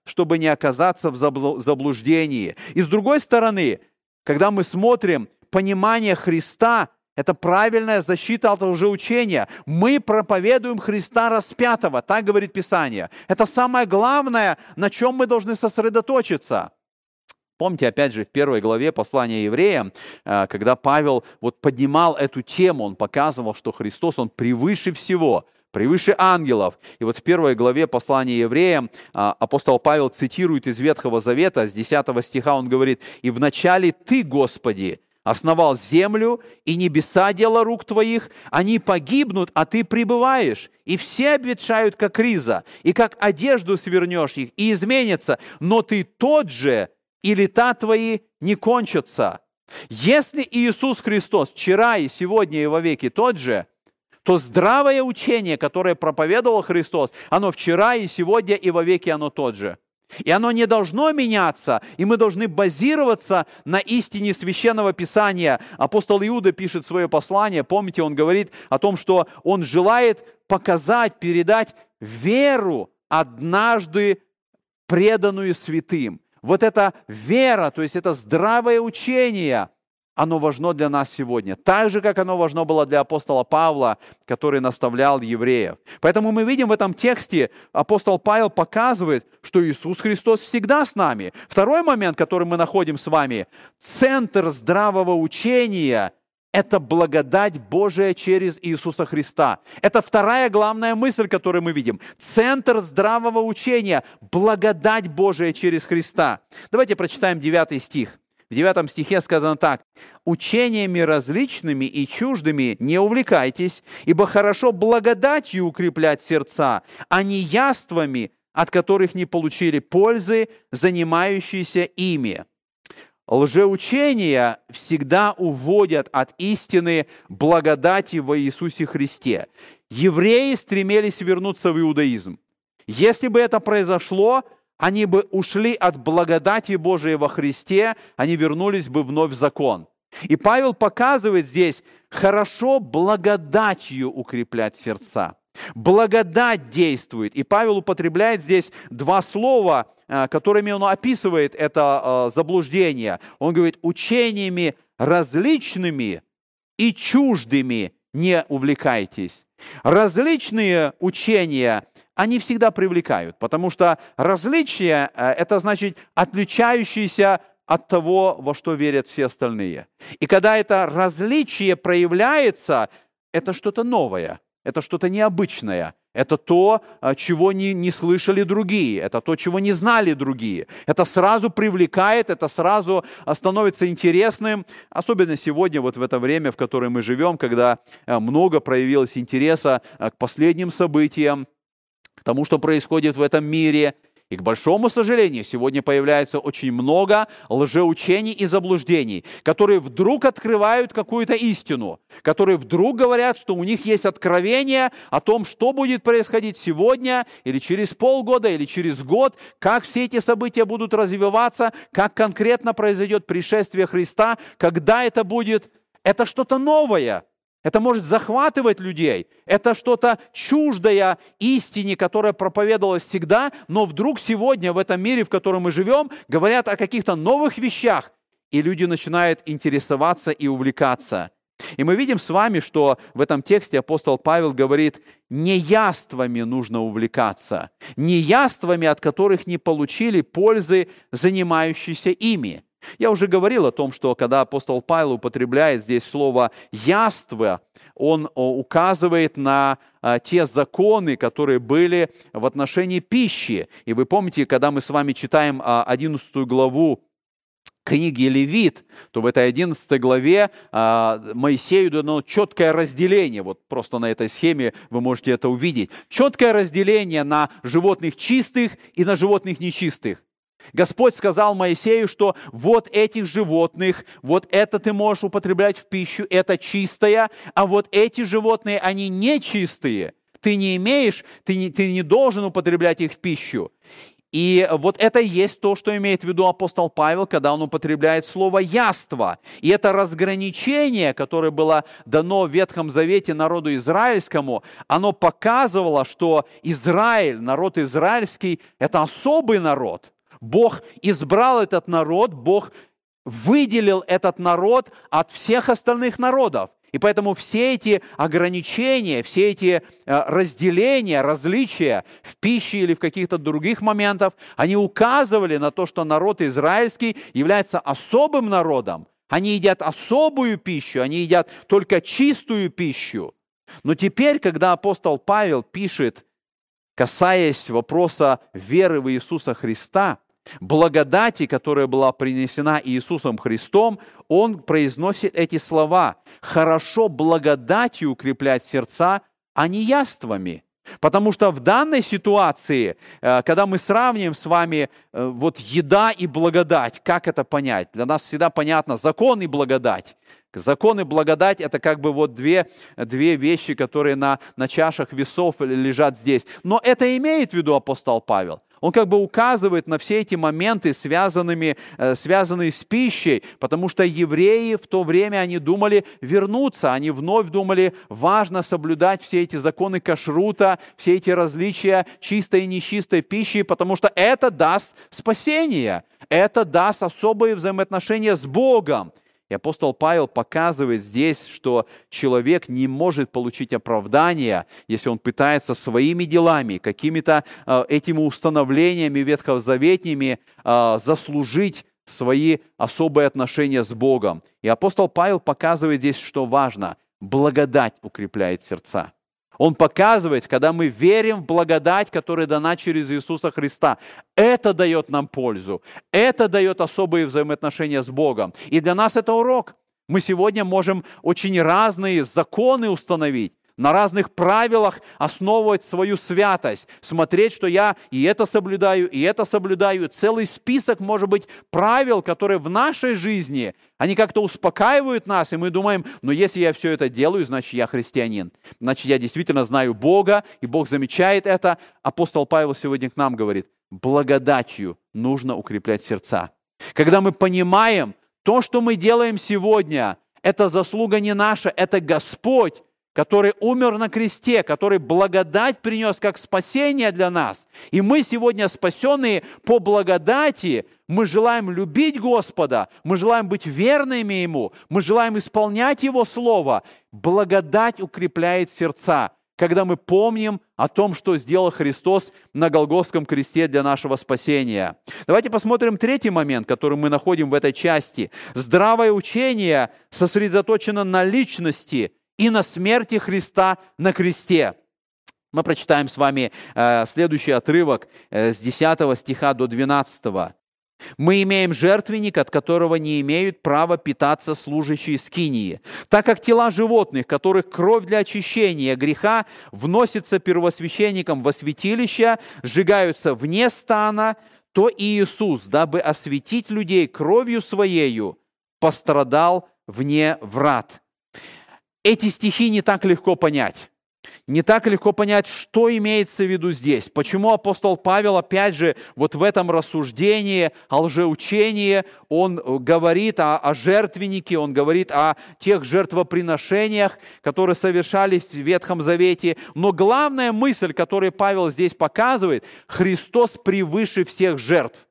чтобы не оказаться в заблуждении. И с другой стороны, когда мы смотрим, понимание Христа – это правильная защита от лжеучения. Мы проповедуем Христа распятого, так говорит Писание. Это самое главное, на чем мы должны сосредоточиться. Помните, опять же, в первой главе послания евреям, когда Павел вот поднимал эту тему, он показывал, что Христос, Он превыше всего, превыше ангелов. И вот в первой главе послания евреям апостол Павел цитирует из Ветхого Завета, с десятого стиха он говорит: «И вначале Ты, Господи, основал землю, и небеса дело рук Твоих, они погибнут, а Ты пребываешь, и все обветшают, как риза, и как одежду свернешь их, и изменятся, но Ты тот же, и лета Твои не кончатся». Если Иисус Христос вчера и сегодня и вовеки тот же, то здравое учение, которое проповедовал Христос, оно вчера и сегодня и вовеки оно тот же. И оно не должно меняться, и мы должны базироваться на истине Священного Писания. Апостол Иуда пишет свое послание, помните, он говорит о том, что он желает показать, передать веру, однажды преданную святым. Вот эта вера, то есть это здравое учение, оно важно для нас сегодня. Так же, как оно важно было для апостола Павла, который наставлял евреев. Поэтому мы видим в этом тексте, апостол Павел показывает, что Иисус Христос всегда с нами. Второй момент, который мы находим с вами, центр здравого учения – это благодать Божия через Иисуса Христа. Это вторая главная мысль, которую мы видим. Центр здравого учения – благодать Божия через Христа. Давайте прочитаем девятый стих. В девятом стихе сказано так: «Учениями различными и чуждыми не увлекайтесь, ибо хорошо благодатью укреплять сердца, а не яствами, от которых не получили пользы, занимающиеся ими». Лжеучения всегда уводят от истины благодати во Иисусе Христе. Евреи стремились вернуться в иудаизм. Если бы это произошло, они бы ушли от благодати Божией во Христе, они вернулись бы вновь в закон. И Павел показывает здесь: хорошо благодатью укреплять сердца. Благодать действует. И Павел употребляет здесь два слова, которыми он описывает это заблуждение. Он говорит: учениями различными и чуждыми не увлекайтесь. Различные учения, они всегда привлекают, потому что различие – это значит отличающиеся от того, во что верят все остальные. И когда это различие проявляется, это что-то новое, это что-то необычное, это то, чего не, не слышали другие, это то, чего не знали другие. Это сразу привлекает, это сразу становится интересным, особенно сегодня, вот в это время, в которое мы живем, когда много проявилось интереса к последним событиям, к тому, что происходит в этом мире. И, к большому сожалению, сегодня появляется очень много лжеучений и заблуждений, которые вдруг открывают какую-то истину, которые вдруг говорят, что у них есть откровение о том, что будет происходить сегодня, или через полгода, или через год, как все эти события будут развиваться, как конкретно произойдет пришествие Христа, когда это будет. Это что-то новое. Это может захватывать людей. Это что-то чуждое истине, которая проповедовалась всегда, но вдруг сегодня в этом мире, в котором мы живем, говорят о каких-то новых вещах, и люди начинают интересоваться и увлекаться. И мы видим с вами, что в этом тексте апостол Павел говорит: не яствами нужно увлекаться, не яствами, от которых не получили пользы, занимающиеся ими. Я уже говорил о том, что когда апостол Павел употребляет здесь слово «яство», он указывает на те законы, которые были в отношении пищи. И вы помните, когда мы с вами читаем одиннадцатую главу книги Левит, то в этой одиннадцатой главе Моисею дано четкое разделение. Вот просто на этой схеме вы можете это увидеть. Четкое разделение на животных чистых и на животных нечистых. Господь сказал Моисею, что вот этих животных, вот это ты можешь употреблять в пищу, это чистое, а вот эти животные, они нечистые. Ты не имеешь, ты не, ты не должен употреблять их в пищу. И вот это и есть то, что имеет в виду апостол Павел, когда он употребляет слово «яство». И это разграничение, которое было дано в Ветхом Завете народу израильскому, оно показывало, что Израиль, народ израильский, это особый народ. Бог избрал этот народ, Бог выделил этот народ от всех остальных народов. И поэтому все эти ограничения, все эти разделения, различия в пище или в каких-то других моментах, они указывали на то, что народ израильский является особым народом. Они едят особую пищу, они едят только чистую пищу. Но теперь, когда апостол Павел пишет, касаясь вопроса веры в Иисуса Христа, благодати, которая была принесена Иисусом Христом, он произносит эти слова: «Хорошо благодатью укреплять сердца, а не яствами». Потому что в данной ситуации, когда мы сравниваем с вами вот еда и благодать, как это понять? Для нас всегда понятно закон и благодать. Закон и благодать – это как бы вот две, две вещи, которые на, на чашах весов лежат здесь. Но это имеет в виду апостол Павел. Он как бы указывает на все эти моменты, связанными, связанные с пищей, потому что евреи в то время, они думали вернуться, они вновь думали, важно соблюдать все эти законы кашрута, все эти различия чистой и нечистой пищи, потому что это даст спасение, это даст особые взаимоотношения с Богом. И апостол Павел показывает здесь, что человек не может получить оправдание, если он пытается своими делами, какими-то э, этими установлениями ветхозаветными э, заслужить свои особые отношения с Богом. И апостол Павел показывает здесь, что важно: благодать укрепляет сердца. Он показывает, когда мы верим в благодать, которая дана через Иисуса Христа, это дает нам пользу, это дает особые взаимоотношения с Богом. И для нас это урок. Мы сегодня можем очень разные законы установить, на разных правилах основывать свою святость, смотреть, что я и это соблюдаю, и это соблюдаю. Целый список, может быть, правил, которые в нашей жизни, они как-то успокаивают нас, и мы думаем, ну если я все это делаю, значит я христианин. Значит я действительно знаю Бога, и Бог замечает это. Апостол Павел сегодня к нам говорит: благодатью нужно укреплять сердца. Когда мы понимаем, то, что мы делаем сегодня, это заслуга не наша, это Господь, который умер на кресте, который благодать принес как спасение для нас. И мы сегодня спасенные по благодати, мы желаем любить Господа, мы желаем быть верными Ему, мы желаем исполнять Его Слово. Благодать укрепляет сердца, когда мы помним о том, что сделал Христос на Голгофском кресте для нашего спасения. Давайте посмотрим третий момент, который мы находим в этой части. Здравое учение сосредоточено на личности и на смерти Христа на кресте. Мы прочитаем с вами э, следующий отрывок э, с десятого стиха до двенадцатого. «Мы имеем жертвенник, от которого не имеют права питаться служащие скинии, так как тела животных, которых кровь для очищения греха вносится первосвященником во святилище, сжигаются вне стана, то и Иисус, дабы осветить людей кровью Своею, пострадал вне врат». Эти стихи не так легко понять. Не так легко понять, что имеется в виду здесь. Почему апостол Павел, опять же, вот в этом рассуждении о лжеучении, он говорит о, о жертвеннике, он говорит о тех жертвоприношениях, которые совершались в Ветхом Завете. Но главная мысль, которую Павел здесь показывает: Христос превыше всех жертв.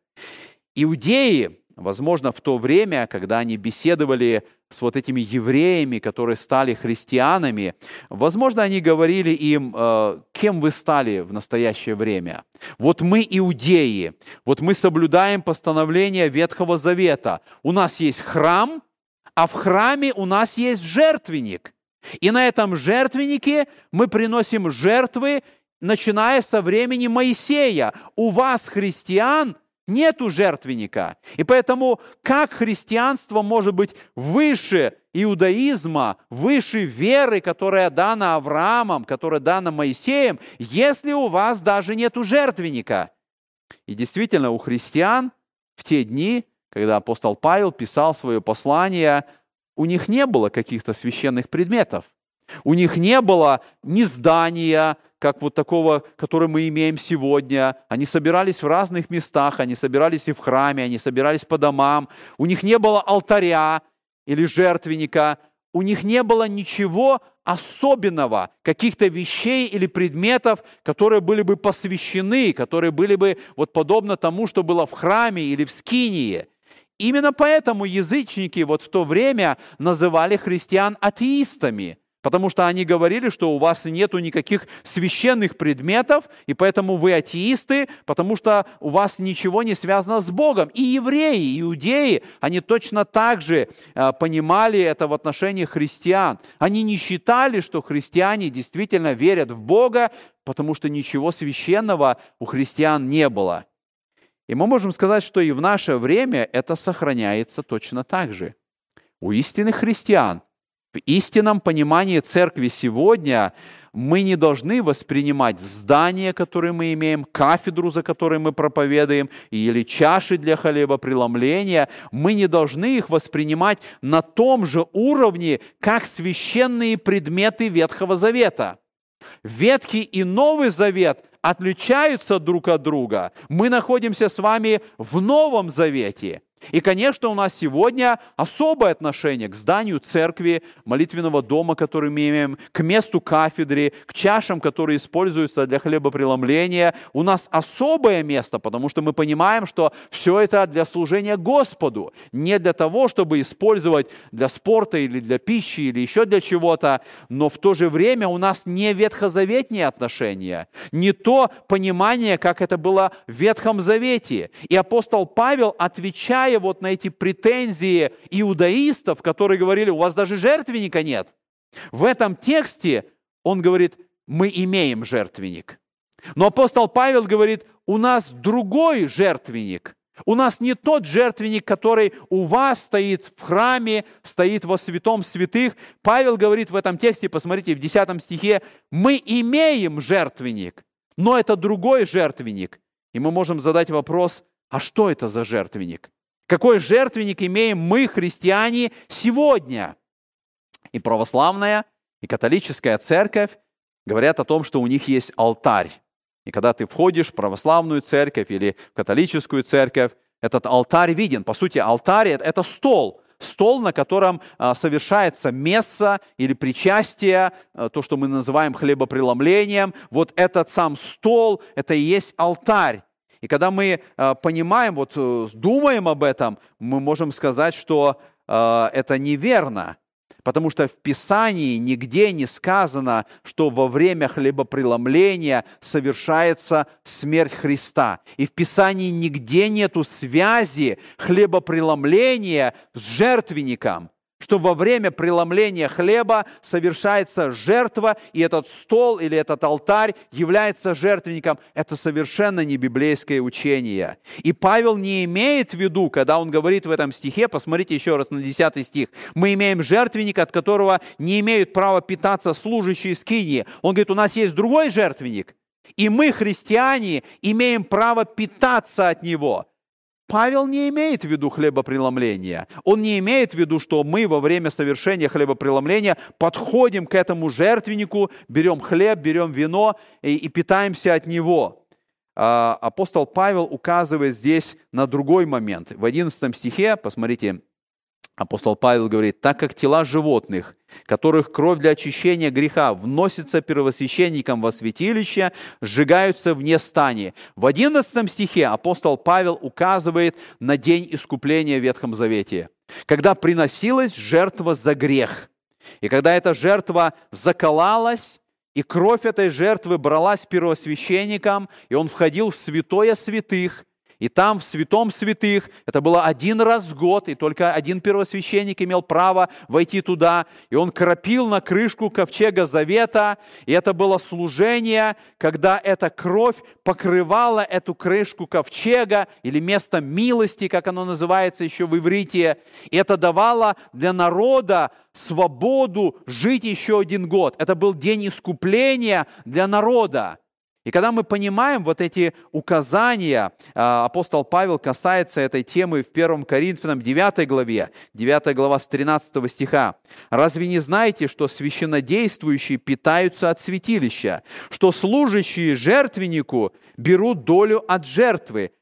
Иудеи, возможно, в то время, когда они беседовали с вот этими евреями, которые стали христианами, возможно, они говорили им: кем вы стали в настоящее время? Вот мы иудеи, вот мы соблюдаем постановления Ветхого Завета. У нас есть храм, а в храме у нас есть жертвенник. И на этом жертвеннике мы приносим жертвы, начиная со времени Моисея. У вас, христиан, нету жертвенника. И поэтому как христианство может быть выше иудаизма, выше веры, которая дана Авраамом, которая дана Моисеем, если у вас даже нету жертвенника? И действительно, у христиан в те дни, когда апостол Павел писал свое послание, у них не было каких-то священных предметов. У них не было ни здания, как вот такого, который мы имеем сегодня. Они собирались в разных местах, они собирались и в храме, они собирались по домам. У них не было алтаря или жертвенника, у них не было ничего особенного, каких-то вещей или предметов, которые были бы посвящены, которые были бы вот подобно тому, что было в храме или в скинии. Именно поэтому язычники вот в то время называли христиан атеистами, потому что они говорили, что у вас нету никаких священных предметов, и поэтому вы атеисты, потому что у вас ничего не связано с Богом. И евреи, иудеи, они точно так же э, понимали это в отношении христиан. Они не считали, что христиане действительно верят в Бога, потому что ничего священного у христиан не было. И мы можем сказать, что и в наше время это сохраняется точно так же. У истинных христиан, в истинном понимании церкви сегодня мы не должны воспринимать здание, которое мы имеем, кафедру, за которой мы проповедуем, или чаши для хлебопреломления. Мы не должны их воспринимать на том же уровне, как священные предметы Ветхого Завета. Ветхий и Новый Завет отличаются друг от друга. Мы находимся с вами в Новом Завете. И, конечно, у нас сегодня особое отношение к зданию церкви, молитвенного дома, который мы имеем, к месту кафедры, к чашам, которые используются для хлебопреломления. У нас особое место, потому что мы понимаем, что все это для служения Господу, не для того, чтобы использовать для спорта или для пищи, или еще для чего-то, но в то же время у нас не ветхозаветные отношения, не то понимание, как это было в Ветхом Завете. И апостол Павел, отвечая вот на эти претензии иудаистов, которые говорили, у вас даже жертвенника нет. В этом тексте он говорит, мы имеем жертвенник. Но апостол Павел говорит, у нас другой жертвенник. У нас не тот жертвенник, который у вас стоит в храме, стоит во святом святых. Павел говорит в этом тексте, посмотрите, в десятом стихе, мы имеем жертвенник, но это другой жертвенник. И мы можем задать вопрос, а что это за жертвенник? Какой жертвенник имеем мы, христиане, сегодня? И православная, и католическая церковь говорят о том, что у них есть алтарь. И когда ты входишь в православную церковь или в католическую церковь, этот алтарь виден. По сути, алтарь – это стол. Стол, на котором совершается месса или причастие, то, что мы называем хлебопреломлением. Вот этот сам стол – это и есть алтарь. И когда мы э, понимаем, вот, э, думаем об этом, мы можем сказать, что э, это неверно, потому что в Писании нигде не сказано, что во время хлебопреломления совершается смерть Христа. И в Писании нигде нету связи хлебопреломления с жертвенником, что во время преломления хлеба совершается жертва, и этот стол или этот алтарь является жертвенником. Это совершенно не библейское учение. И Павел не имеет в виду, когда он говорит в этом стихе, посмотрите еще раз на десятый стих, мы имеем жертвенник, от которого не имеют права питаться служащие скинии. Он говорит, у нас есть другой жертвенник, и мы, христиане, имеем право питаться от него. Павел не имеет в виду хлебопреломления. Он не имеет в виду, что мы во время совершения хлебопреломления подходим к этому жертвеннику, берем хлеб, берем вино и, и питаемся от него. А, апостол Павел указывает здесь на другой момент. В одиннадцатом стихе, посмотрите, апостол Павел говорит, так как тела животных, которых кровь для очищения греха вносится первосвященником во святилище, сжигаются вне стани. В одиннадцатом стихе апостол Павел указывает на день искупления в Ветхом Завете, когда приносилась жертва за грех. И когда эта жертва заколалась, и кровь этой жертвы бралась первосвященником, и он входил в святое святых, и там, в святом святых, это было один раз в год, и только один первосвященник имел право войти туда, и он кропил на крышку ковчега завета, и это было служение, когда эта кровь покрывала эту крышку ковчега, или место милости, как оно называется еще в иврите, и это давало для народа свободу жить еще один год. Это был день искупления для народа. И когда мы понимаем вот эти указания, апостол Павел касается этой темы в первом Коринфянам девятой главе, девятая глава с тринадцатого стиха. «Разве не знаете, что священнодействующие питаются от святилища, что служащие жертвеннику берут долю от жертвы?»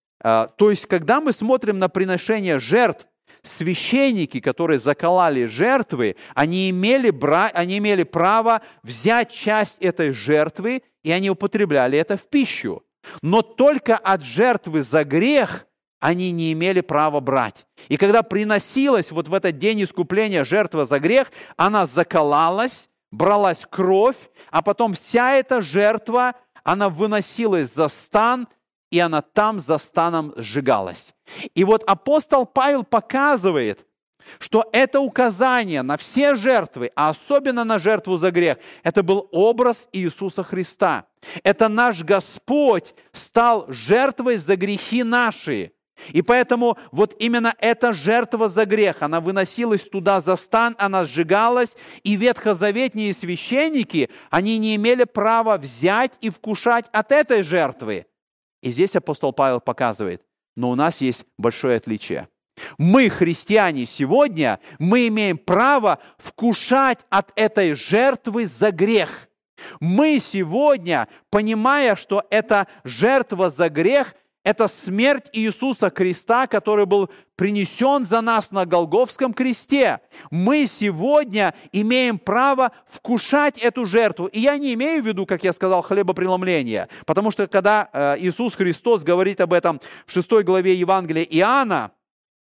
То есть, когда мы смотрим на приношение жертв, священники, которые закололи жертвы, они имели, бра... они имели право взять часть этой жертвы, и они употребляли это в пищу. Но только от жертвы за грех они не имели права брать. И когда приносилась вот в этот день искупления жертва за грех, она заколалась, бралась кровь, а потом вся эта жертва, она выносилась за стан, и она там за станом сжигалась. И вот апостол Павел показывает, что это указание на все жертвы, а особенно на жертву за грех, это был образ Иисуса Христа. Это наш Господь стал жертвой за грехи наши. И поэтому вот именно эта жертва за грех, она выносилась туда за стан, она сжигалась, и ветхозаветные священники, они не имели права взять и вкушать от этой жертвы. И здесь апостол Павел показывает, но у нас есть большое отличие. Мы, христиане, сегодня, мы имеем право вкушать от этой жертвы за грех. Мы сегодня, понимая, что эта жертва за грех, это смерть Иисуса Христа, который был принесен за нас на Голгофском кресте. Мы сегодня имеем право вкушать эту жертву. И я не имею в виду, как я сказал, хлебопреломление. Потому что когда Иисус Христос говорит об этом в шестой главе Евангелия Иоанна,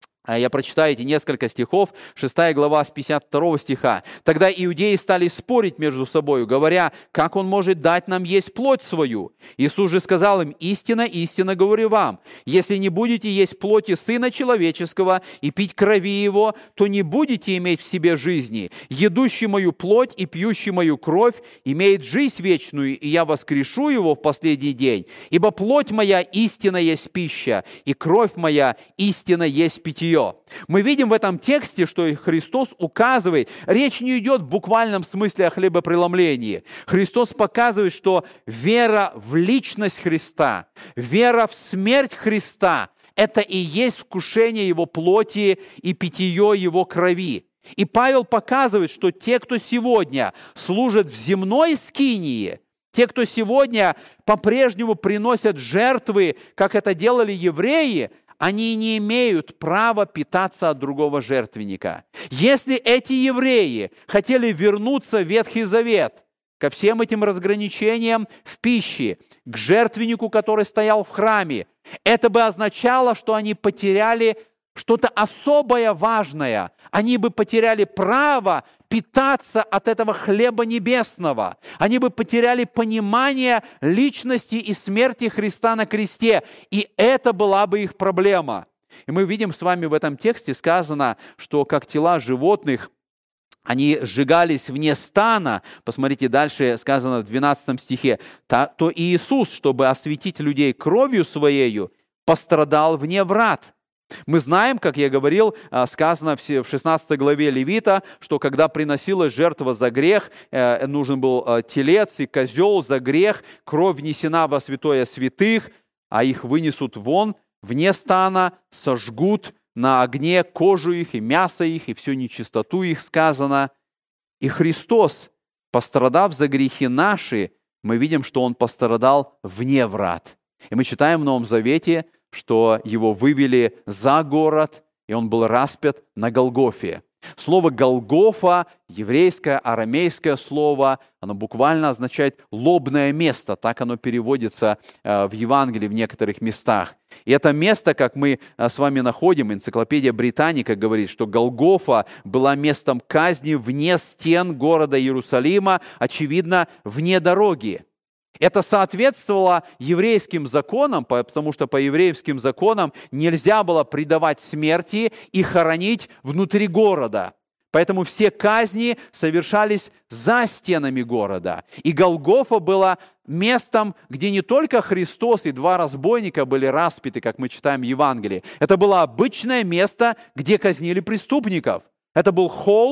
я прочитаю эти несколько стихов, шестая глава с пятьдесят второго стиха. «Тогда иудеи стали спорить между собой, говоря, как он может дать нам есть плоть свою? Иисус же сказал им, истинно, истинно говорю вам, если не будете есть плоти Сына Человеческого и пить крови Его, то не будете иметь в себе жизни. Едущий мою плоть и пьющий мою кровь имеет жизнь вечную, и я воскрешу его в последний день. Ибо плоть моя истинно есть пища, и кровь моя истинно есть питье». Мы видим в этом тексте, что Христос указывает, речь не идет в буквальном смысле о хлебопреломлении. Христос показывает, что вера в личность Христа, вера в смерть Христа, это и есть вкушение Его плоти и питье Его крови. И Павел показывает, что те, кто сегодня служат в земной скинии, те, кто сегодня по-прежнему приносят жертвы, как это делали евреи, они не имеют права питаться от другого жертвенника. Если эти евреи хотели вернуться в Ветхий Завет, ко всем этим разграничениям в пище, к жертвеннику, который стоял в храме, это бы означало, что они потеряли что-то особое важное. Они бы потеряли право питаться от этого хлеба небесного. Они бы потеряли понимание личности и смерти Христа на кресте. И это была бы их проблема. И мы видим с вами в этом тексте сказано, что как тела животных, они сжигались вне стана. Посмотрите, дальше сказано в двенадцатом стихе. То Иисус, чтобы осветить людей кровью Своею, пострадал вне врат. Мы знаем, как я говорил, сказано в шестнадцатой главе Левита, что когда приносилась жертва за грех, нужен был телец и козел за грех, кровь внесена во святое святых, а их вынесут вон, вне стана, сожгут на огне кожу их и мясо их, и всю нечистоту их сказано. И Христос, пострадав за грехи наши, мы видим, что Он пострадал вне врат. И мы читаем в Новом Завете, что Его вывели за город, и Он был распят на Голгофе. Слово «Голгофа», еврейское, арамейское слово, оно буквально означает «лобное место», так оно переводится в Евангелии в некоторых местах. И это место, как мы с вами находим, энциклопедия Британика говорит, что Голгофа была местом казни вне стен города Иерусалима, очевидно, вне дороги. Это соответствовало еврейским законам, потому что по еврейским законам нельзя было предавать смерти и хоронить внутри города. Поэтому все казни совершались за стенами города. И Голгофа была местом, где не только Христос и два разбойника были распяты, как мы читаем в Евангелии. Это было обычное место, где казнили преступников. Это был холм,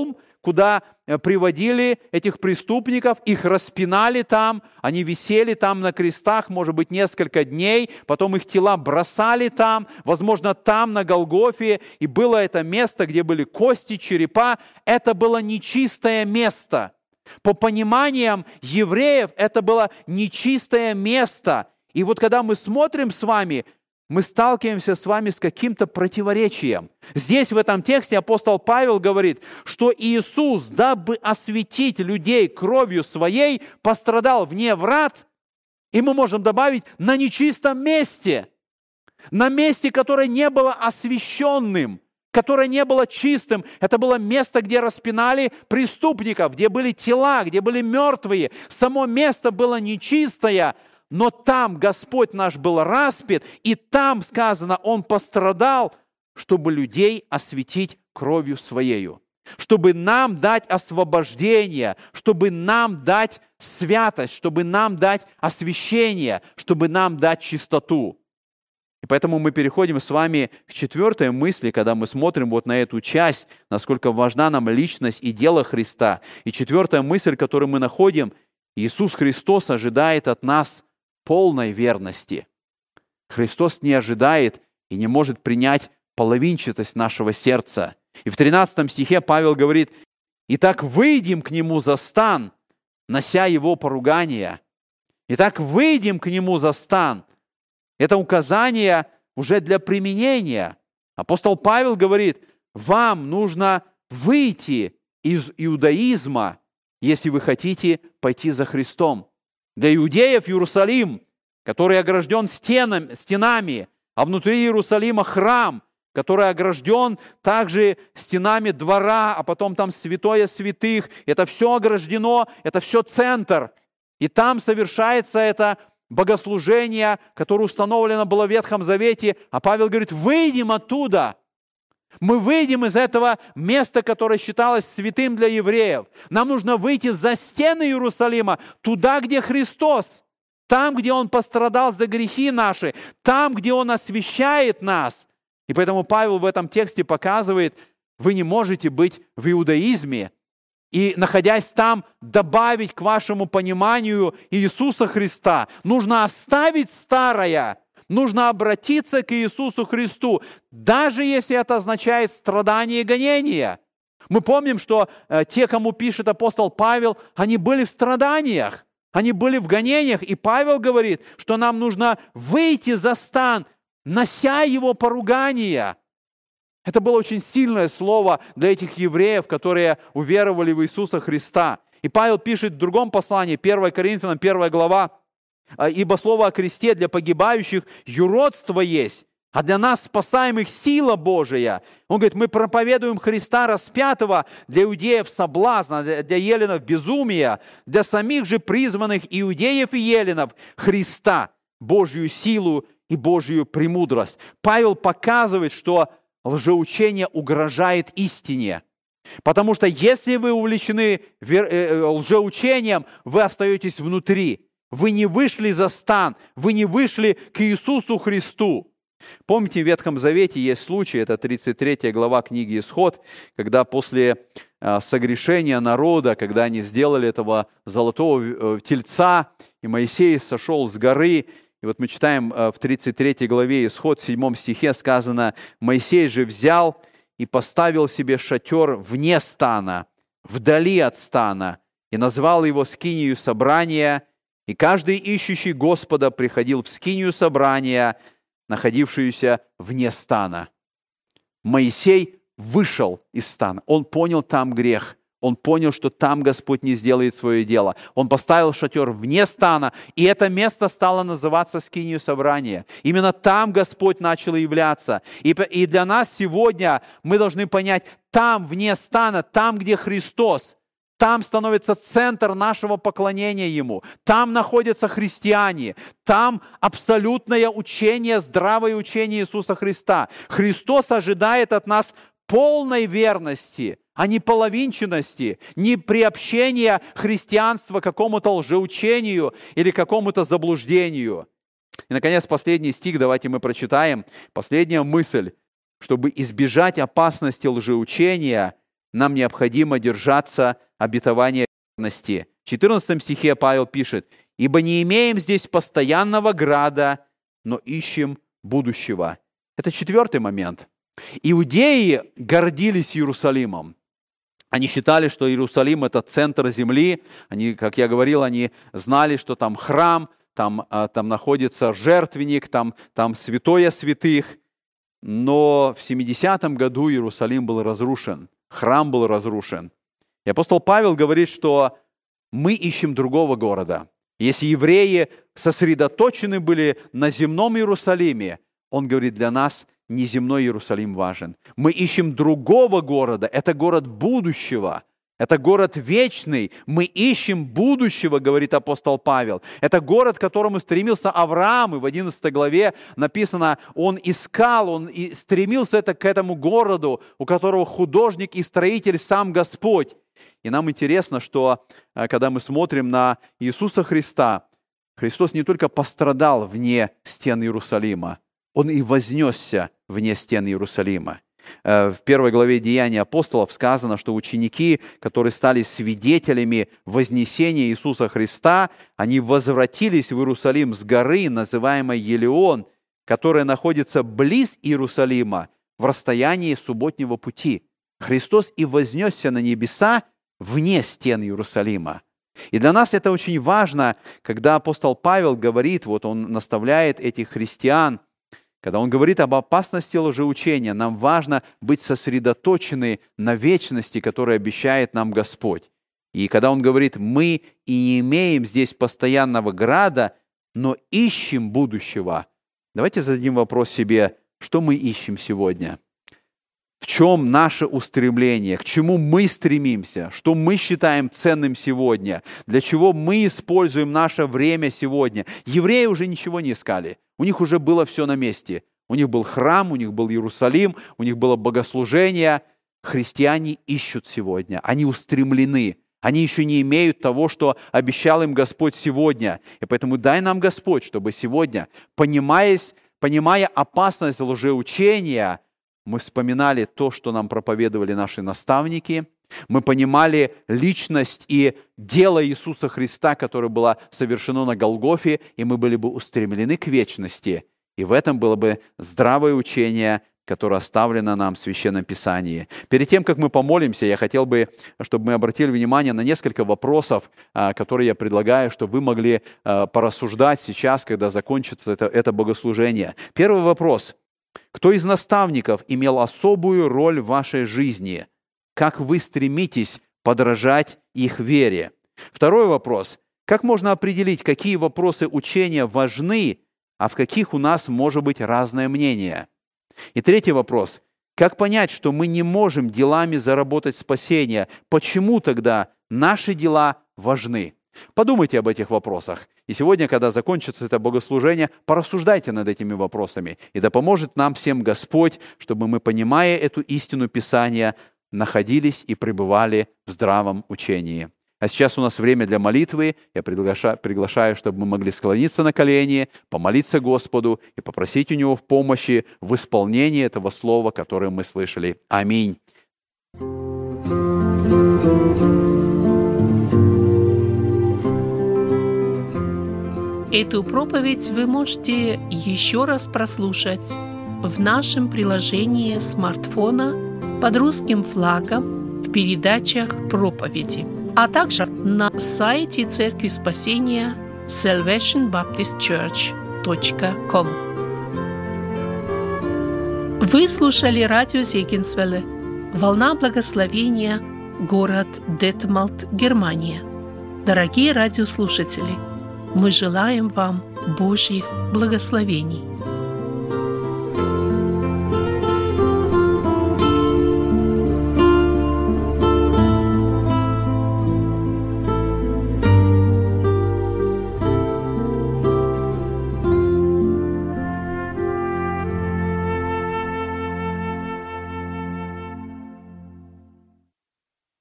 куда приводили этих преступников, их распинали там, они висели там на крестах, может быть, несколько дней, потом их тела бросали там, возможно, там, на Голгофе, и было это место, где были кости, черепа. Это было нечистое место. По пониманиям евреев, это было нечистое место. И вот когда мы смотрим с вами, мы сталкиваемся с вами с каким-то противоречием. Здесь, в этом тексте, апостол Павел говорит, что Иисус, дабы осветить людей кровью Своей, пострадал вне врат, и мы можем добавить, на нечистом месте, на месте, которое не было освященным, которое не было чистым. Это было место, где распинали преступников, где были тела, где были мертвые. Само место было нечистое, но там Господь наш был распят, и там, сказано, Он пострадал, чтобы людей осветить кровью Своею, чтобы нам дать освобождение, чтобы нам дать святость, чтобы нам дать освящение, чтобы нам дать чистоту. И поэтому мы переходим с вами к четвертой мысли, когда мы смотрим вот на эту часть, насколько важна нам личность и дело Христа. И четвертая мысль, которую мы находим, Иисус Христос ожидает от нас полной верности. Христос не ожидает и не может принять половинчатость нашего сердца. И в тринадцатом стихе Павел говорит: «Итак, выйдем к Нему за стан, нося Его поругания». Итак, выйдем к Нему за стан. Это указание уже для применения. Апостол Павел говорит: вам нужно выйти из иудаизма, если вы хотите пойти за Христом. Для иудеев Иерусалим, который огражден стенами, стенами, а внутри Иерусалима храм, который огражден также стенами двора, а потом там святое святых. Это все ограждено, это все центр. И там совершается это богослужение, которое установлено было в Ветхом Завете. А Павел говорит: выйдем оттуда. Мы выйдем из этого места, которое считалось святым для евреев. Нам нужно выйти за стены Иерусалима, туда, где Христос, там, где Он пострадал за грехи наши, там, где Он освящает нас. И поэтому Павел в этом тексте показывает: вы не можете быть в иудаизме и, находясь там, добавить к вашему пониманию Иисуса Христа. Нужно оставить старое. Нужно обратиться к Иисусу Христу, даже если это означает страдание и гонение. Мы помним, что э, те, кому пишет апостол Павел, они были в страданиях, они были в гонениях. И Павел говорит, что нам нужно выйти за стан, нося его поругания. Это было очень сильное слово для этих евреев, которые уверовали в Иисуса Христа. И Павел пишет в другом послании, первое Коринфянам, первая глава, «Ибо слово о кресте для погибающих юродство есть, а для нас, спасаемых, сила Божия». Он говорит: мы проповедуем Христа распятого, для иудеев соблазна, для еленов безумия, для самих же призванных иудеев и еленов Христа, Божью силу и Божью премудрость. Павел показывает, что лжеучение угрожает истине. Потому что если вы увлечены лжеучением, вы остаетесь внутри. Вы не вышли за стан, вы не вышли к Иисусу Христу. Помните, в Ветхом Завете есть случай, это тридцать третья глава книги Исход, когда после согрешения народа, когда они сделали этого золотого тельца, и Моисей сошел с горы, и вот мы читаем в тридцать третьей главе Исход, в седьмом стихе сказано: «Моисей же взял и поставил себе шатер вне стана, вдали от стана, и назвал его скинию собрания, и каждый ищущий Господа приходил в скинию собрания, находившуюся вне стана». Моисей вышел из стана. Он понял там грех. Он понял, что там Господь не сделает свое дело. Он поставил шатер вне стана, и это место стало называться скинию собрания. Именно там Господь начал являться. И, и для нас сегодня мы должны понять, там, вне стана, там, где Христос, там становится центр нашего поклонения Ему. Там находятся христиане. Там абсолютное учение, здравое учение Иисуса Христа. Христос ожидает от нас полной верности, а не половинчатости, не приобщения христианства к какому-то лжеучению или какому-то заблуждению. И, наконец, последний стих, давайте мы прочитаем. Последняя мысль. Чтобы избежать опасности лжеучения, нам необходимо держаться обетования верности. В четырнадцатом стихе Павел пишет: «Ибо не имеем здесь постоянного града, но ищем будущего». Это четвертый момент. Иудеи гордились Иерусалимом. Они считали, что Иерусалим – это центр земли. Они, как я говорил, они знали, что там храм, там, там находится жертвенник, там, там святое святых. Но в семидесятом году Иерусалим был разрушен, храм был разрушен. И апостол Павел говорит, что мы ищем другого города. Если евреи сосредоточены были на земном Иерусалиме, он говорит, для нас не земной Иерусалим важен. Мы ищем другого города, это город будущего. Это город вечный. Мы ищем будущего, говорит апостол Павел. Это город, к которому стремился Авраам. И в одиннадцатой главе написано, он искал, он и стремился это, к этому городу, у которого художник и строитель сам Господь. И нам интересно, что когда мы смотрим на Иисуса Христа, Христос не только пострадал вне стен Иерусалима, Он и вознесся вне стен Иерусалима. В первой главе Деяний апостолов сказано, что ученики, которые стали свидетелями вознесения Иисуса Христа, они возвратились в Иерусалим с горы, называемой Елеон, которая находится близ Иерусалима, в расстоянии субботнего пути. Христос и вознесся на небеса вне стен Иерусалима. И для нас это очень важно, когда апостол Павел говорит, вот он наставляет этих христиан, когда он говорит об опасности лжеучения, нам важно быть сосредоточены на вечности, которую обещает нам Господь. И когда он говорит, мы и не имеем здесь постоянного града, но ищем будущего, давайте зададим вопрос себе, что мы ищем сегодня? В чем наше устремление? К чему мы стремимся? Что мы считаем ценным сегодня? Для чего мы используем наше время сегодня? Евреи уже ничего не искали. У них уже было все на месте. У них был храм, у них был Иерусалим, у них было богослужение. Христиане ищут сегодня. Они устремлены. Они еще не имеют того, что обещал им Господь сегодня. И поэтому дай нам Господь, чтобы сегодня, понимаясь, понимая опасность лжеучения, мы вспоминали то, что нам проповедовали наши наставники. Мы понимали личность и дело Иисуса Христа, которое было совершено на Голгофе, и мы были бы устремлены к вечности. И в этом было бы здравое учение, которое оставлено нам в Священном Писании. Перед тем, как мы помолимся, я хотел бы, чтобы мы обратили внимание на несколько вопросов, которые я предлагаю, чтобы вы могли порассуждать сейчас, когда закончится это, это богослужение. Первый вопрос. Кто из наставников имел особую роль в вашей жизни? Как вы стремитесь подражать их вере? Второй вопрос. Как можно определить, какие вопросы учения важны, а в каких у нас может быть разное мнение? И третий вопрос. Как понять, что мы не можем делами заработать спасение? Почему тогда наши дела важны? Подумайте об этих вопросах. И сегодня, когда закончится это богослужение, порассуждайте над этими вопросами. И да поможет нам всем Господь, чтобы мы, понимая эту истину Писания, находились и пребывали в здравом учении. А сейчас у нас время для молитвы. Я приглашаю, приглашаю, чтобы мы могли склониться на колени, помолиться Господу и попросить у Него в помощи в исполнении этого слова, которое мы слышали. Аминь. Эту проповедь вы можете еще раз прослушать в нашем приложении смартфона под русским флагом в передачах проповеди, а также на сайте Церкви Спасения salvation baptist church точка ком. Вы слушали радио Зегенсвелле «Волна благословения», город Детмалт, Германия. Дорогие радиослушатели, мы желаем вам Божьих благословений.